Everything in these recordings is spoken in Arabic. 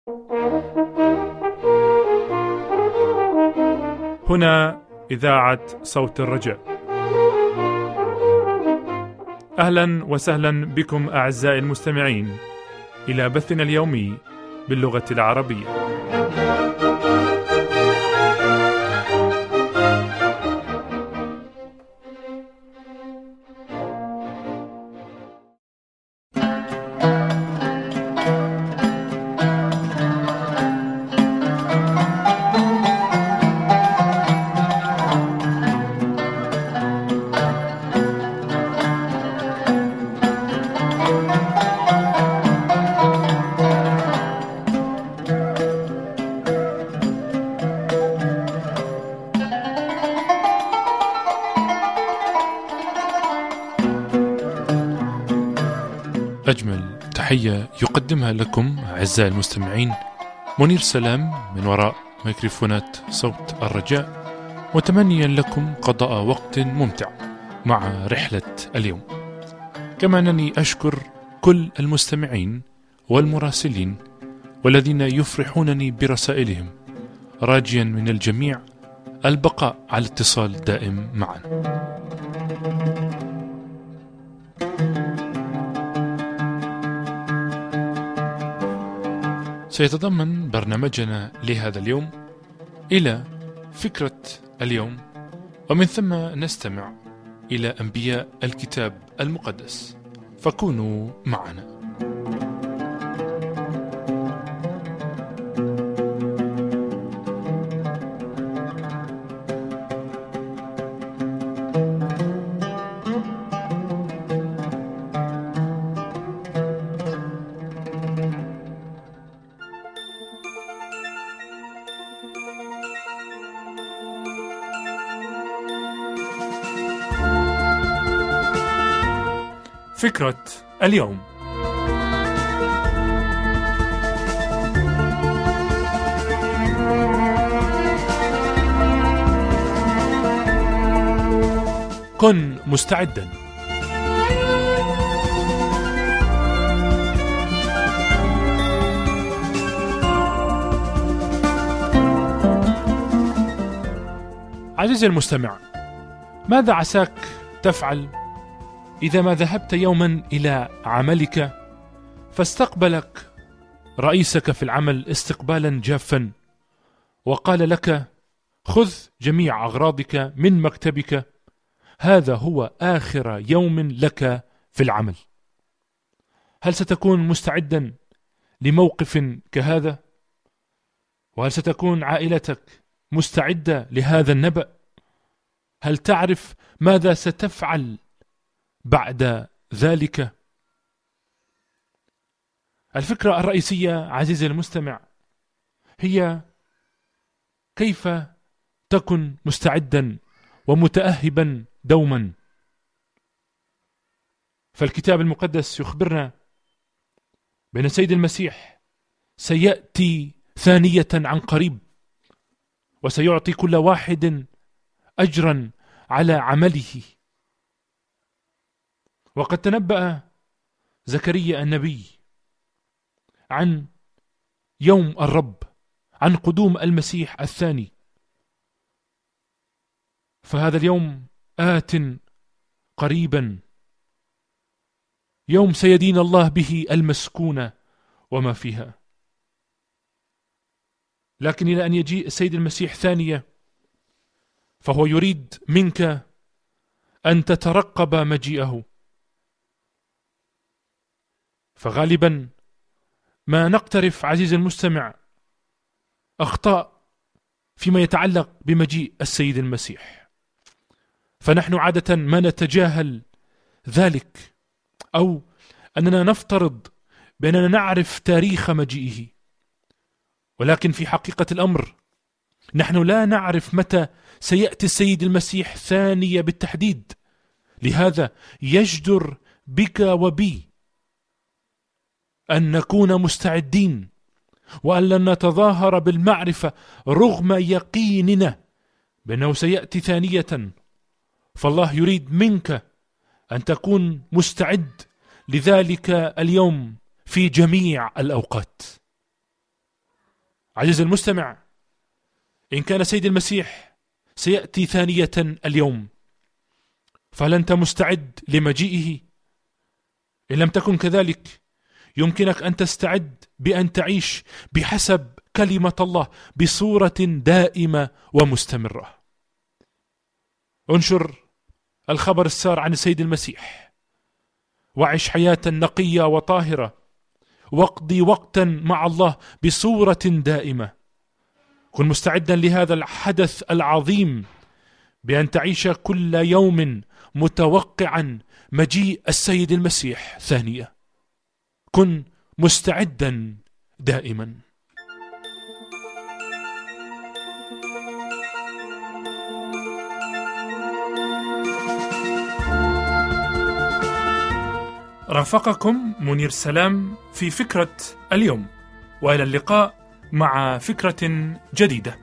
هنا إذاعة صوت الرجاء. أهلا وسهلا بكم أعزائي المستمعين إلى بثنا اليومي باللغة العربية. أجمل تحية يقدمها لكم أعزائي المستمعين منير سلام من وراء ميكروفونات صوت الرجاء، متمنيا لكم قضاء وقت ممتع مع رحلة اليوم. كما أنني أشكر كل المستمعين والمراسلين والذين يفرحونني برسائلهم، راجيا من الجميع البقاء على اتصال دائم معا. سيتضمن برنامجنا لهذا اليوم إلى فكرة اليوم، ومن ثم نستمع إلى أنبياء الكتاب المقدس، فكونوا معنا. فكرة اليوم. كن مستعدا. عزيزي المستمع، ماذا عساك تفعل إذا ما ذهبت يوما إلى عملك فاستقبلك رئيسك في العمل استقبالا جافا وقال لك: خذ جميع أغراضك من مكتبك، هذا هو آخر يوم لك في العمل. هل ستكون مستعدا لموقف كهذا؟ وهل ستكون عائلتك مستعدة لهذا النبأ؟ هل تعرف ماذا ستفعل بعد ذلك؟ الفكرة الرئيسية عزيزي المستمع هي كيف تكن مستعدا ومتأهبا دوما. فالكتاب المقدس يخبرنا بأن السيد المسيح سيأتي ثانية عن قريب، وسيعطي كل واحد أجرا على عمله. وقد تنبأ زكريا النبي عن يوم الرب، عن قدوم المسيح الثاني. فهذا اليوم آت قريبا، يوم سيدين الله به المسكونة وما فيها. لكن إلى أن يجيء السيد المسيح ثانية فهو يريد منك أن تترقب مجيئه. فغالبا ما نقترف عزيزي المستمع أخطاء فيما يتعلق بمجيء السيد المسيح، فنحن عادة ما نتجاهل ذلك، أو أننا نفترض بأننا نعرف تاريخ مجيئه، ولكن في حقيقة الأمر نحن لا نعرف متى سيأتي السيد المسيح ثانية بالتحديد. لهذا يجدر بك وبي أن نكون مستعدين، وأن لن نتظاهر بالمعرفة رغم يقيننا بأنه سيأتي ثانية. فالله يريد منك أن تكون مستعد لذلك اليوم في جميع الأوقات. عزيزي المستمع، إن كان سيد المسيح سيأتي ثانية اليوم، فهل أنت مستعد لمجيئه؟ إن لم تكن كذلك، يمكنك أن تستعد بأن تعيش بحسب كلمة الله بصورة دائمة ومستمرة. انشر الخبر السار عن السيد المسيح، وعش حياة نقية وطاهرة، واقضي وقتا مع الله بصورة دائمة. كن مستعدا لهذا الحدث العظيم بأن تعيش كل يوم متوقعا مجيء السيد المسيح ثانية. كن مستعدا دائما. رافقكم منير سلام في فكرة اليوم، وإلى اللقاء مع فكرة جديدة.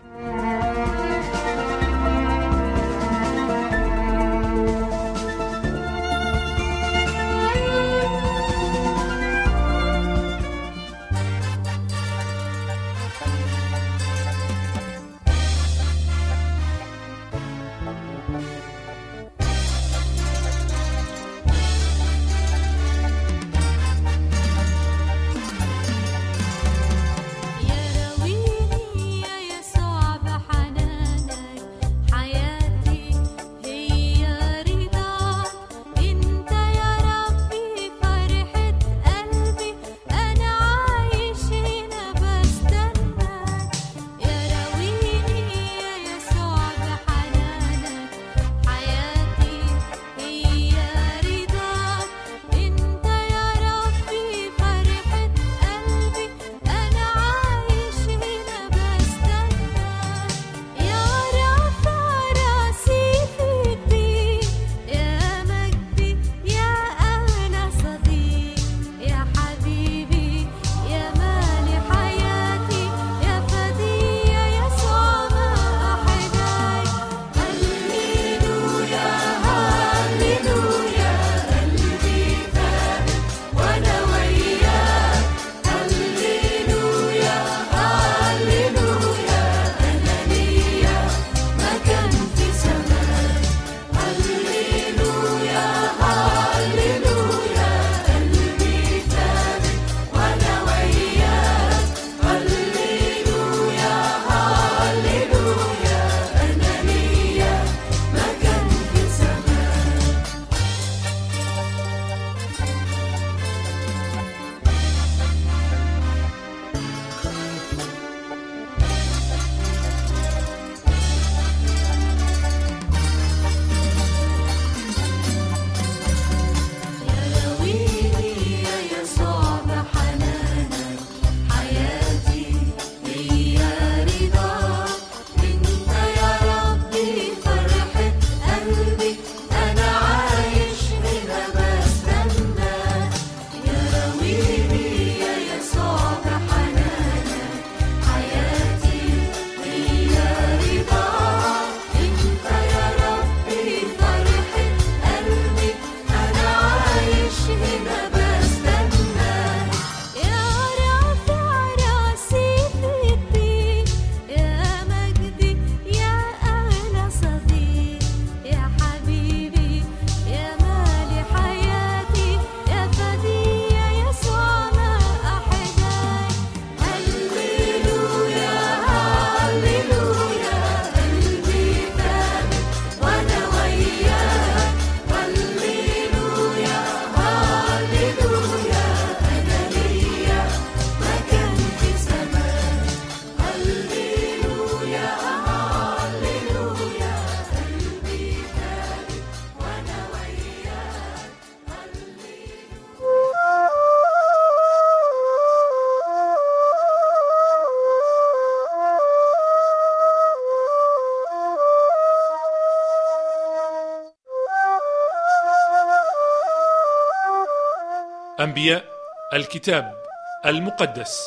أنبياء الكتاب المقدس.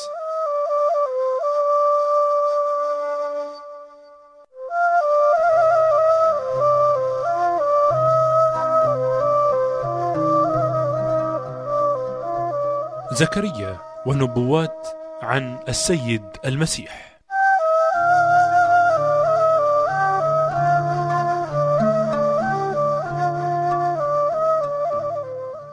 زكريا والنبوات عن السيد المسيح.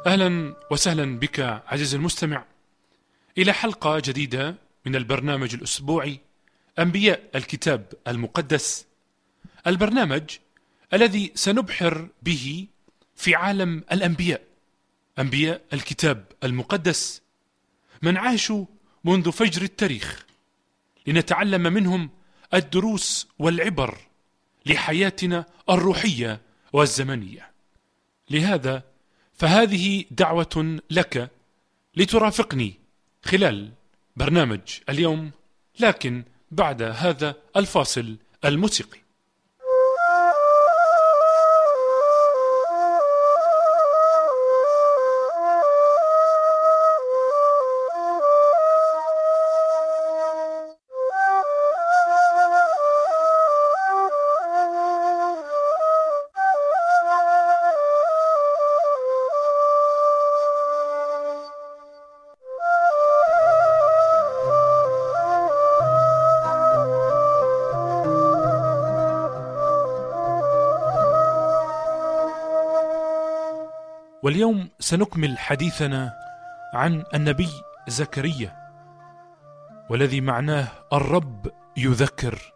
أهلا وسهلا بك عزيزي المستمع إلى حلقة جديدة من البرنامج الأسبوعي أنبياء الكتاب المقدس، البرنامج الذي سنبحر به في عالم الأنبياء، أنبياء الكتاب المقدس، من عاشوا منذ فجر التاريخ، لنتعلم منهم الدروس والعبر لحياتنا الروحية والزمنية. لهذا فهذه دعوة لك لترافقني خلال برنامج اليوم، لكن بعد هذا الفاصل الموسيقي. واليوم سنكمل حديثنا عن النبي زكريا، والذي معناه الرب يذكر،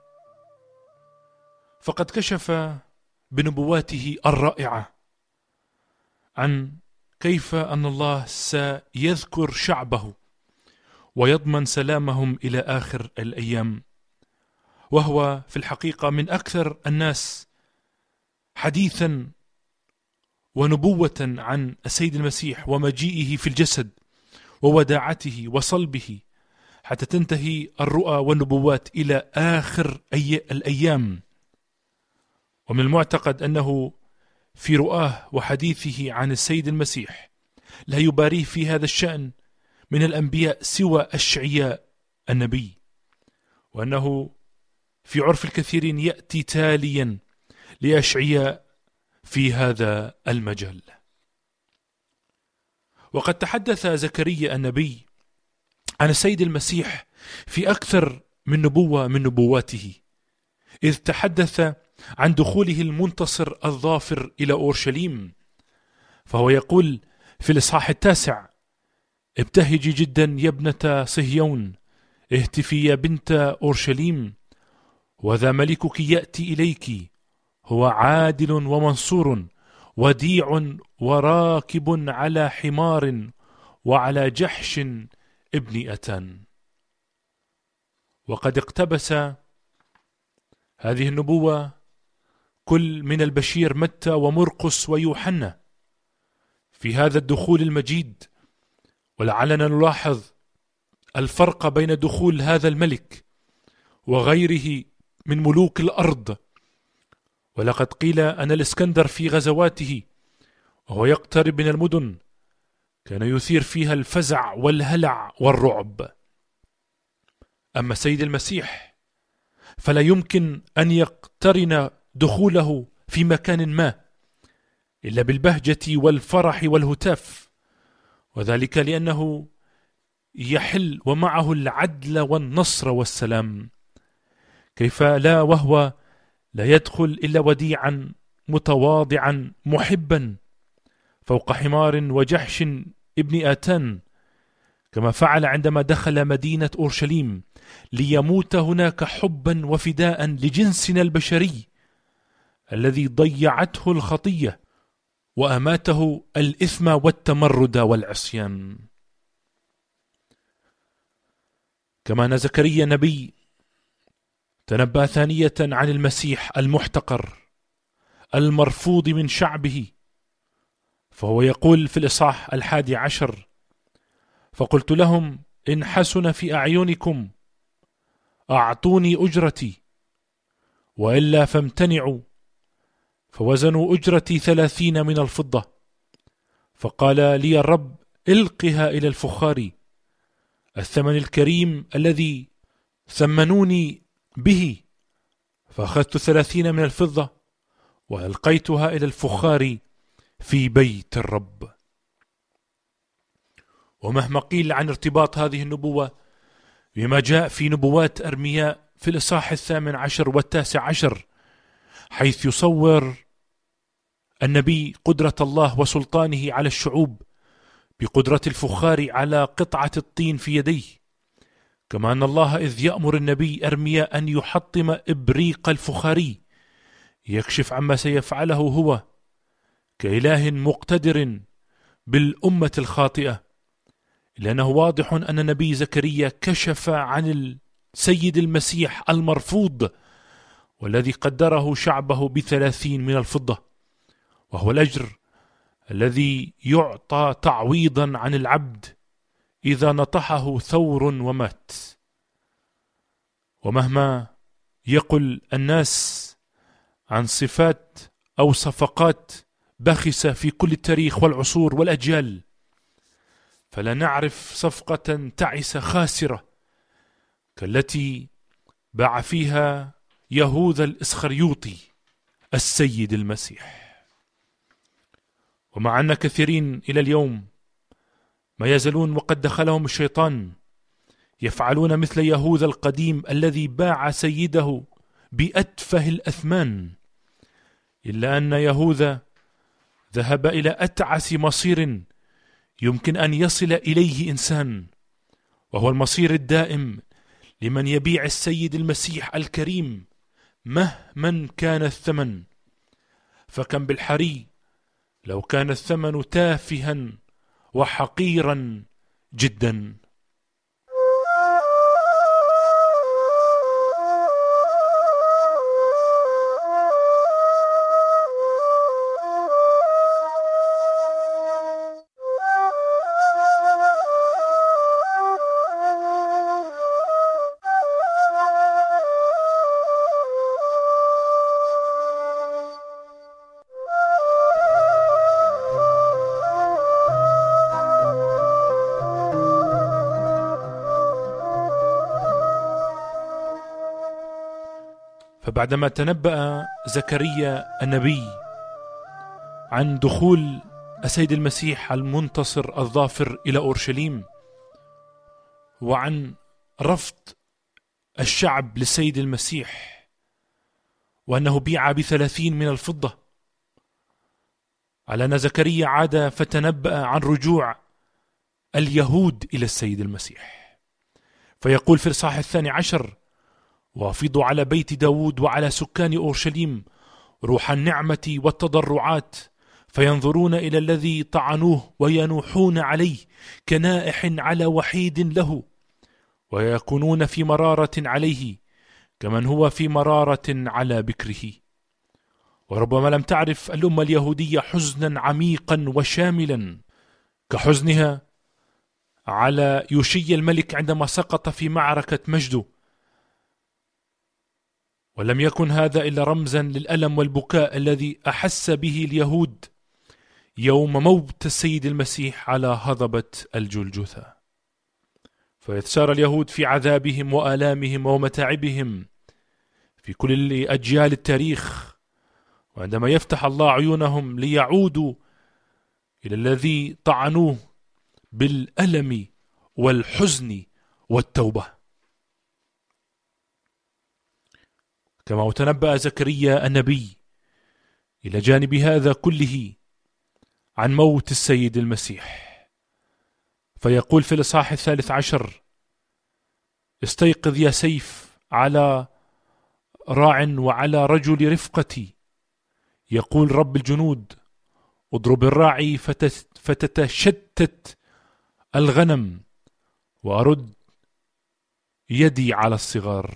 فقد كشف بنبواته الرائعة عن كيف أن الله سيذكر شعبه ويضمن سلامهم إلى آخر الأيام، وهو في الحقيقة من أكثر الناس حديثا ونبوة عن السيد المسيح ومجيئه في الجسد ووداعته وصلبه، حتى تنتهي الرؤى والنبوات إلى آخر الأيام. ومن المعتقد أنه في رؤاه وحديثه عن السيد المسيح لا يباريه في هذا الشأن من الأنبياء سوى أشعياء النبي، وأنه في عرف الكثيرين يأتي تاليا لأشعياء في هذا المجال. وقد تحدث زكريا النبي عن السيد المسيح في أكثر من نبوة من نبواته، إذ تحدث عن دخوله المنتصر الظافر إلى أورشليم، فهو يقول في الإصحاح 9: ابتهجي جدا يا ابنة صهيون، اهتفي يا بنت أورشليم، وذا ملكك يأتي إليك، هو عادل ومنصور، وديع وراكب على حمار، وعلى جحش ابن أتان. وقد اقتبس هذه النبوة كل من البشير متى ومرقس ويوحنا في هذا الدخول المجيد، ولعلنا نلاحظ الفرق بين دخول هذا الملك وغيره من ملوك الأرض. ولقد قيل أن الإسكندر في غزواته وهو يقترب من المدن كان يثير فيها الفزع والهلع والرعب. أما سيد المسيح فلا يمكن أن يقترن دخوله في مكان ما إلا بالبهجة والفرح والهتاف، وذلك لأنه يحل ومعه العدل والنصر والسلام. كيف لا وهو لا يدخل إلا وديعا متواضعا محبا فوق حمار وجحش ابن آتان، كما فعل عندما دخل مدينة أورشليم ليموت هناك حبا وفداء لجنسنا البشري الذي ضيعته الخطية وأماته الإثم والتمرد والعصيان. كما أن زكريا نبي تنبأ ثانية عن المسيح المحتقر المرفوض من شعبه، فهو يقول في الإصحاح 11: فقلت لهم إن حسن في أعينكم أعطوني أجرتي، وإلا فامتنعوا، فوزنوا أجرتي 30 من الفضة. فقال لي الرب: إلقها إلى الفخار، الثمن الكريم الذي ثمنوني به. فأخذت 30 من الفضة وألقيتها إلى الفخار في بيت الرب. ومهما قيل عن ارتباط هذه النبوة بما جاء في نبوات أرمياء في الإصحاح 18 و19، حيث يصور النبي قدرة الله وسلطانه على الشعوب بقدرة الفخار على قطعة الطين في يديه، كما أن الله إذ يأمر النبي أرميا أن يحطم إبريق الفخاري يكشف عما سيفعله هو كإله مقتدر بالأمة الخاطئة، لأنه واضح أن النبي زكريا كشف عن السيد المسيح المرفوض والذي قدره شعبه ب30 من الفضة، وهو الأجر الذي يعطى تعويضا عن العبد إذا نطحه ثور ومات. ومهما يقل الناس عن صفات أو صفقات بخسة في كل التاريخ والعصور والأجيال، فلا نعرف صفقة تعسة خاسرة كالتي باع فيها يهوذا الإسخريوطي السيد المسيح. ومع أن كثيرين إلى اليوم ما يزالون وقد دخلهم الشيطان يفعلون مثل يهوذا القديم الذي باع سيده بأتفه الأثمان، إلا أن يهوذا ذهب إلى أتعس مصير يمكن أن يصل إليه إنسان، وهو المصير الدائم لمن يبيع السيد المسيح الكريم مهما كان الثمن. فكم بالحري لو كان الثمن تافها وحقيرا جدا. فبعدما تنبأ زكريا النبي عن دخول السيد المسيح المنتصر الظافر إلى أورشليم، وعن رفض الشعب للسيد المسيح، وأنه بيع ب30 من الفضة، على أن زكريا عاد فتنبأ عن رجوع اليهود إلى السيد المسيح، فيقول في الإصحاح 12: وافضوا على بيت داود وعلى سكان أورشليم روح النعمة والتضرعات، فينظرون إلى الذي طعنوه وينوحون عليه كنائح على وحيد له، ويكونون في مرارة عليه كمن هو في مرارة على بكره. وربما لم تعرف الأمة اليهودية حزنا عميقا وشاملا كحزنها على يوشي الملك عندما سقط في معركة مجده، ولم يكن هذا إلا رمزا للألم والبكاء الذي أحس به اليهود يوم موت السيد المسيح على هضبة الجلجثة. فيتسارى اليهود في عذابهم وآلامهم ومتاعبهم في كل أجيال التاريخ، وعندما يفتح الله عيونهم ليعودوا إلى الذي طعنوه بالألم والحزن والتوبة. كما تنبأ زكريا النبي إلى جانب هذا كله عن موت السيد المسيح، فيقول في الإصحاح 13: استيقظ يا سيف على راع وعلى رجل رفقتي، يقول رب الجنود، اضرب الراعي فتتشتت الغنم، وأرد يدي على الصغار.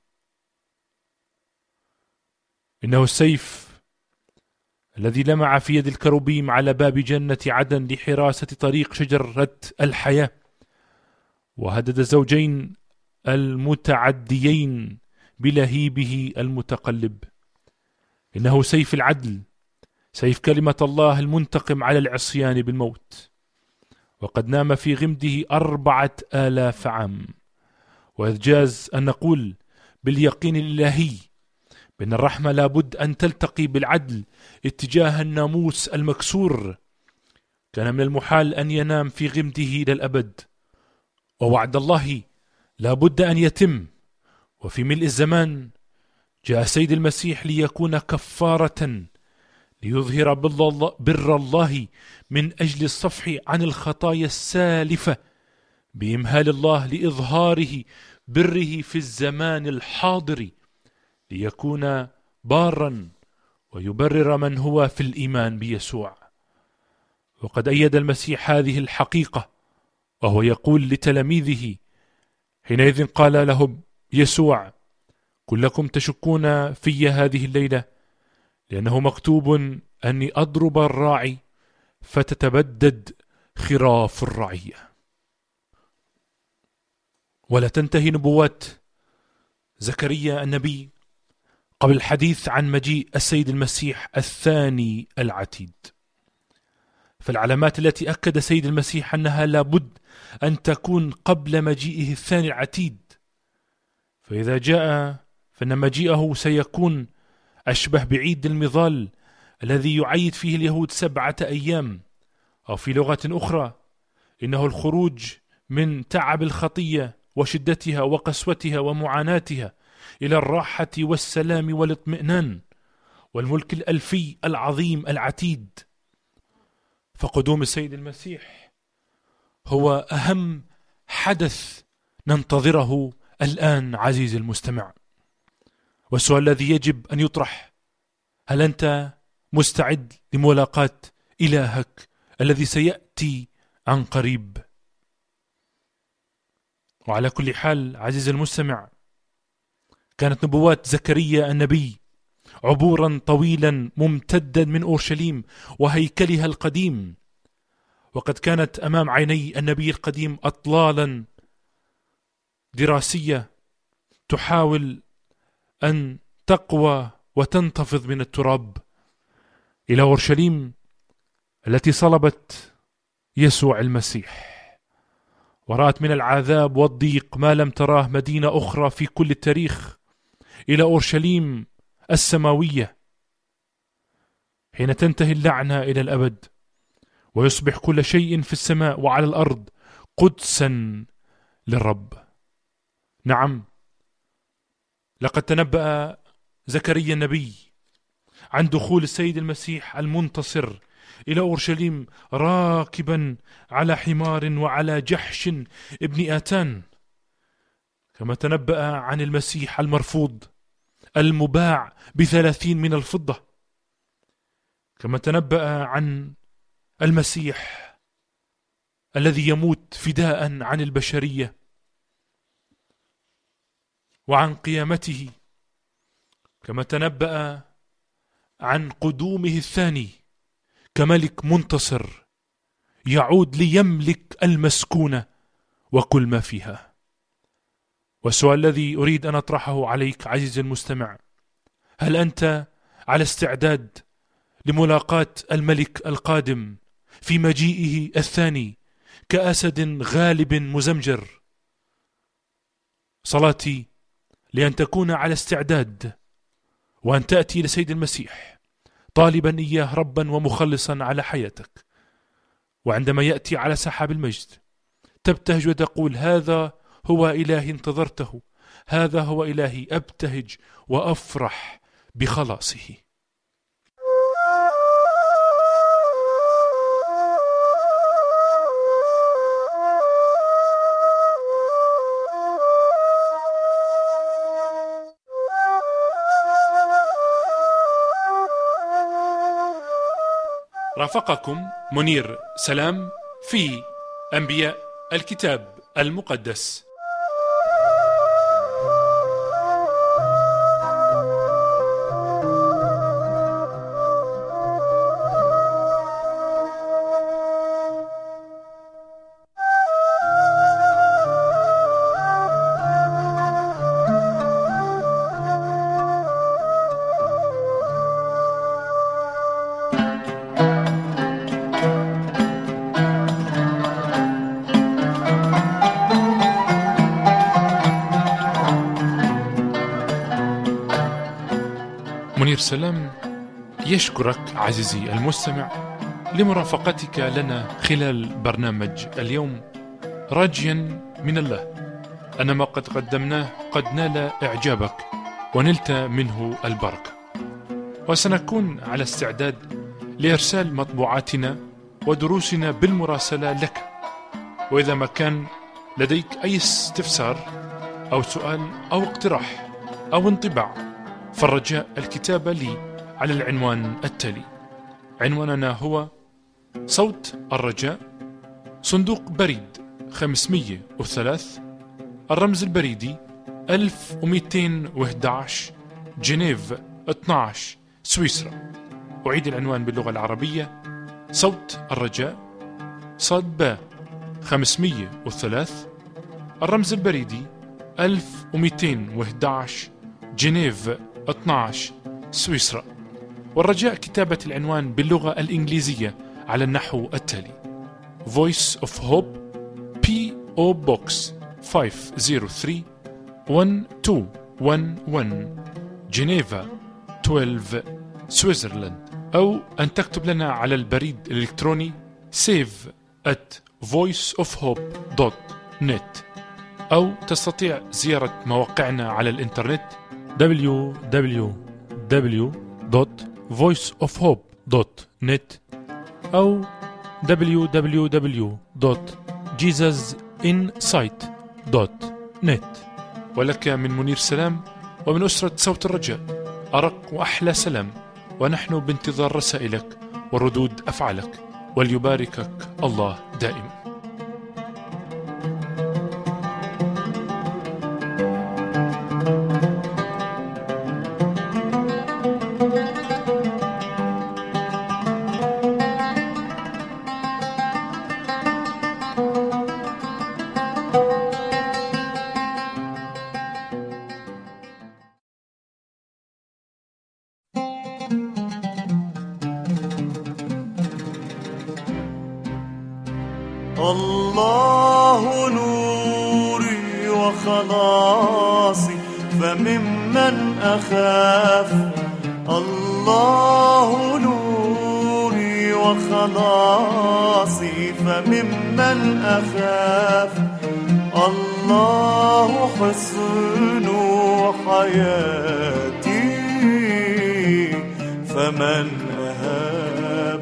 إنه السيف الذي لمع في يد الكروبيم على باب جنة عدن لحراسة طريق شجرة الحياة، وهدد الزوجين المتعديين بلهيبه المتقلب. إنه سيف العدل، سيف كلمة الله المنتقم على العصيان بالموت، وقد نام في غمده 4000 عام. وإذ جاز أن نقول باليقين الإلهي بأن الرحمة لابد أن تلتقي بالعدل اتجاه الناموس المكسور، كان من المحال أن ينام في غمده إلى الأبد، ووعد الله لابد أن يتم. وفي ملء الزمان جاء السيد المسيح ليكون كفارة ليظهر بر الله من أجل الصفح عن الخطايا السالفة، بإمهال الله لإظهاره بره في الزمان الحاضر، ليكون بارا ويبرر من هو في الإيمان بيسوع. وقد أيد المسيح هذه الحقيقة وهو يقول لتلاميذه حينئذ قال لهم يسوع: كلكم تشكون في هذه الليلة، لأنه مكتوب أني أضرب الراعي فتتبدد خراف الرعية. ولا تنتهي نبوات زكريا النبي قبل الحديث عن مجيء السيد المسيح الثاني العتيد. فالعلامات التي أكد السيد المسيح أنها لابد أن تكون قبل مجيئه الثاني العتيد، فإذا جاء فإن مجيئه سيكون أشبه بعيد المظال الذي يعيد فيه اليهود 7 أيام، أو في لغة أخرى إنه الخروج من تعب الخطية وشدتها وقسوتها ومعاناتها إلى الراحة والسلام والاطمئنان والملك الألفي العظيم العتيد. فقدوم السيد المسيح هو أهم حدث ننتظره الآن عزيزي المستمع. والسؤال الذي يجب أن يطرح: هل أنت مستعد لملاقاة إلهك الذي سيأتي عن قريب؟ وعلى كل حال عزيزي المستمع، كانت نبوات زكريا النبي عبورا طويلا ممتدا من أورشليم وهيكلها القديم، وقد كانت أمام عيني النبي القديم أطلالا دراسية تحاول أن تقوى وتنتفض من التراب إلى أورشليم التي صلبت يسوع المسيح، ورأت من العذاب والضيق ما لم تراه مدينة أخرى في كل التاريخ، إلى أورشليم السماوية حين تنتهي اللعنة إلى الأبد ويصبح كل شيء في السماء وعلى الأرض قدسا للرب. نعم، لقد تنبأ زكريا النبي عن دخول السيد المسيح المنتصر إلى أورشليم راكبا على حمار وعلى جحش ابن آتان، كما تنبأ عن المسيح المرفوض المباع ب30 من الفضة، كما تنبأ عن المسيح الذي يموت فداء عن البشرية، وعن قيامته، كما تنبأ عن قدومه الثاني كملك منتصر يعود ليملك المسكونة وكل ما فيها. والسؤال الذي أريد أن أطرحه عليك عزيزي المستمع: هل أنت على استعداد لملاقاة الملك القادم في مجيئه الثاني كأسد غالب مزمجر؟ صلاتي لأن تكون على استعداد وأن تأتي لسيد المسيح طالبا إياه ربا ومخلصا على حياتك، وعندما يأتي على سحاب المجد تبتهج وتقول: هذا هو إلهي انتظرته، هذا هو إلهي أبتهج وأفرح بخلاصه. رافقكم منير سلام في أنبياء الكتاب المقدس. منير سلام يشكرك عزيزي المستمع لمرافقتك لنا خلال برنامج اليوم، راجيا من الله أن ما قد قدمناه قد نال إعجابك ونلت منه البركة، وسنكون على استعداد لإرسال مطبوعاتنا ودروسنا بالمراسلة لك. وإذا ما كان لديك أي استفسار أو سؤال أو اقتراح أو انطباع، فالرجاء الكتابة لي على العنوان التالي. عنواننا هو صوت الرجاء، صندوق بريد 503، الرمز البريدي 1211، جنيف 12، سويسرا. أعيد العنوان باللغة العربية: صوت الرجاء، صاد باء 503، الرمز البريدي 1211، جنيف 12، سويسرا. والرجاء كتابة العنوان باللغة الإنجليزية على النحو التالي: Voice of Hope, P.O. Box 503 1211 جنيفا 12 سويسرلاند. أو أن تكتب لنا على البريد الإلكتروني save@voiceofhope.net، أو تستطيع زيارة مواقعنا على الإنترنت www.voiceofhope.net أو www.jesusinsight.net. ولك من منير سلام ومن أسرة صوت الرجاء أرق وأحلى سلام، ونحن بانتظار رسائلك وردود أفعالك، وليباركك الله دائما. الله نوري وخلاصي فممن أخاف، الله نوري وخلاصي فممن أخاف، الله حصن حياتي فمن أهاب.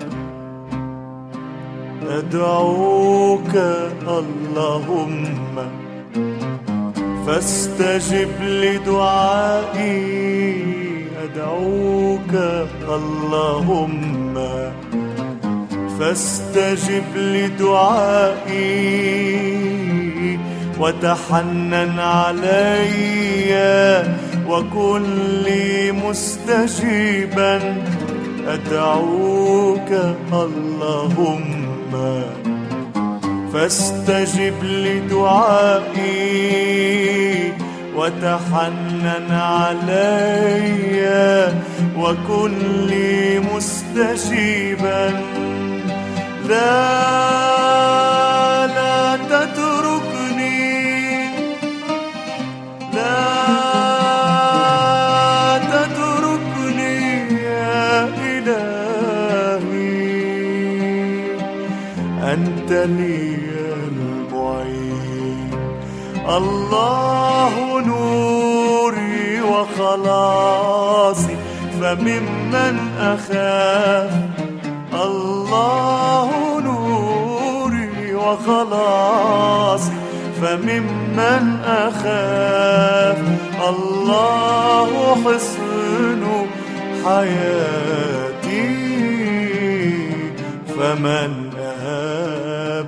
أدعوك اللهم فاستجب لدعائي، أدعوك اللهم فاستجب لدعائي، وتحنن علي وكن لي مستجيبا. أدعوك اللهم فاستجب لدعائي، وتحنن علي وكن لي مستجيبا. لا تتركني، لا تتركني يا إلهي، أنت لي المعين. الله نوري وخلاصي فممن أخاف، الله نوري وخلاصي فممن أخاف، الله حصن حياتي فمن أهاب.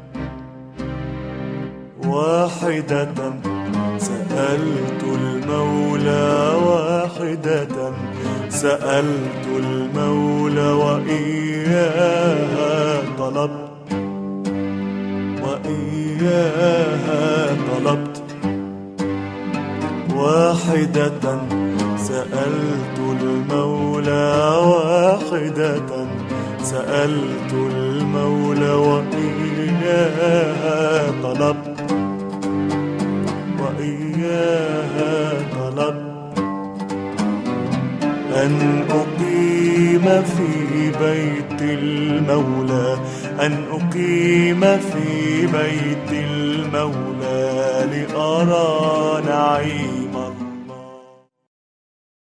واحدة سألت المولى، واحدة سألت المولى، وإياها طلبت، وإياها طلبت. واحدة سألت المولى، واحدة سألت المولى، وإياها طلبت، وإياها طلبت. أن أقيم في بيت المولى، أن أقيم في بيت المولى، لأرى نعيم